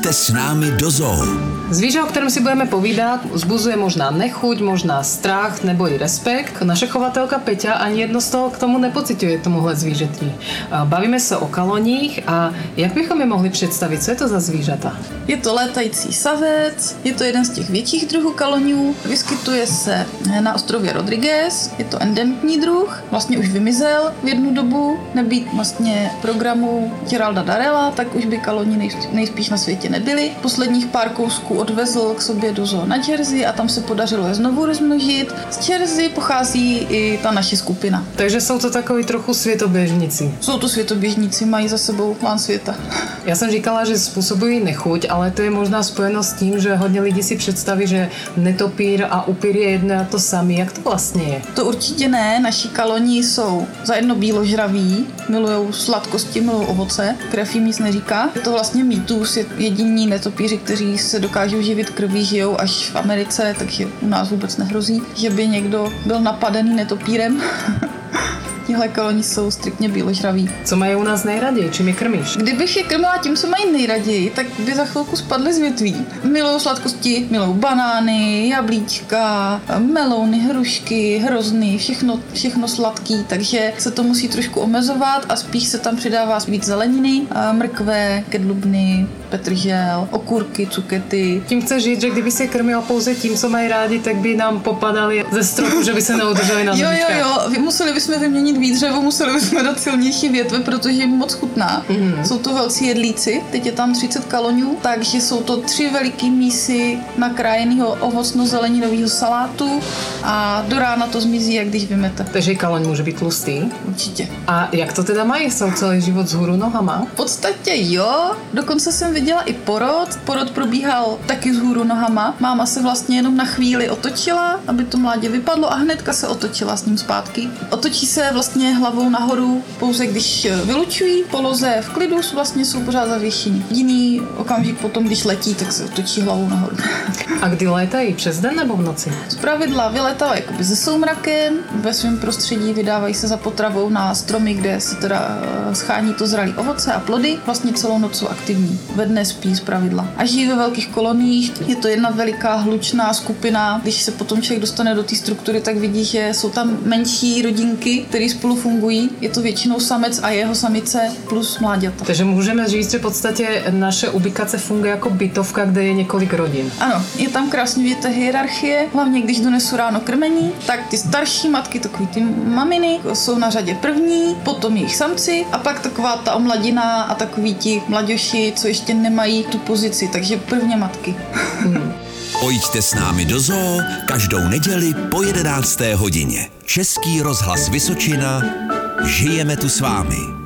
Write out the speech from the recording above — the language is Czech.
Pojďte s námi do zoo. Zvíře, o kterém si budeme povídat, vzbuzuje možná nechuť, možná strach nebo i respekt. Naše chovatelka Peťa ani jedno z toho k tomu nepociťuje, tomuhle zvířeti. Bavíme se o kaloních a jak bychom je mohli představit? Co je to za zvířata? Je to létající savec, je to jeden z těch větších druhů kalonů, vyskytuje se na ostrově Rodriguez, je to endemní druh, vlastně už vymizel v jednu dobu, nebýt vlastně programu Geralda Darrella, tak už by kaloni nejspíš na světě nebyli. Posledních pár kousků odvezl k sobě do zoo na Jersey a tam se podařilo je znovu rozmnožit. Z Jersey pochází i ta naše skupina. Takže jsou to takový trochu světoběžníci. Jsou to světoběžníci, mají za sebou plán světa. Já jsem říkala, že způsobují nechuť, ale to je možná spojeno s tím, že hodně lidí si představí, že netopír a upír je jedno a to samé. Jak to vlastně je? To určitě ne. Naši kaloni jsou zajedno bíložraví, milujou sladkosti, milujou ovoce, krev jim nic neříká. Je to vlastně mýtus, je jediní netopíři, kteří se dokážou živit krví, žijou až v Americe, takže u nás vůbec nehrozí, že by někdo byl napadený netopírem. Tihle kaloni jsou striktně bíložraví. Co mají u nás nejraději? Čím je krmíš? Kdybych je krmila tím, co mají nejraději, tak by za chvilku spadly z větví. Milují sladkosti, milují banány, jablíčka, melouny, hrušky, hrozny, všechno sladký, takže se to musí trošku omezovat a spíš se tam přidává víc zeleniny, mrkve, kedlubny, petržel, okurky, cukety. Tím chceš říct, že kdyby se krmila pouze tím, co mají rádi, tak by nám popadali ze stropu, že by se neudrželi na nožičkách. Jo, museli bychom vyměnit výdřevo, museli bychom dát silnější větve, protože jim moc chutná. Jsou to velcí jedlíci, teď je tam 30 kalonů, takže jsou to 3 veliký mísy nakrájeného ovocno-zeleninového salátu a do rána to zmizí, jak když vymete. Takže kaloň může být tlustý? Určitě. A jak to teda mají? Jsou celý život vzhůru nohama? V podstatě jo, dokonce jsem viděla i porod. Porod probíhal taky vzhůru nohama. Máma se vlastně jenom na chvíli otočila, aby to mládě vypadlo a hnedka se otočila s ním zpátky. Otočí se vlastně hlavou nahoru pouze když vylučují, poloze v klidu vlastně jsou pořád zavěšení. Jiný okamžik potom, když letí, tak se otočí hlavou nahoru. A kdy létají? Přes den nebo v noci? Zpravidla vylétají jakoby se soumrakem, ve svém prostředí vydávají se za potravou na stromy, kde se teda schání to zralé ovoce a plody. Vlastně celou noc jsou aktivní. Ve dne spí zpravidla. A žijí ve velkých koloniích. Je to jedna veliká hlučná skupina. Když se potom člověk dostane do té struktury, tak vidí, že jsou tam menší rodinky, které spolu fungují. Je to většinou samec a jeho samice plus mláďata. Takže můžeme říct, že v podstatě naše ubikace funguje jako bytovka, kde je několik rodin. Ano, je tam krásně vidět hierarchie, hlavně když donesu ráno krmení, tak ty starší matky, takový ty maminy, jsou na řadě první, potom jejich samci a pak taková ta omladina a takový ti mladěši, co ještě nemají tu pozici, takže prvně matky. Pojďte s námi do zoo každou neděli po 11. hodině. Český rozhlas Vysočina. Žijeme tu s vámi.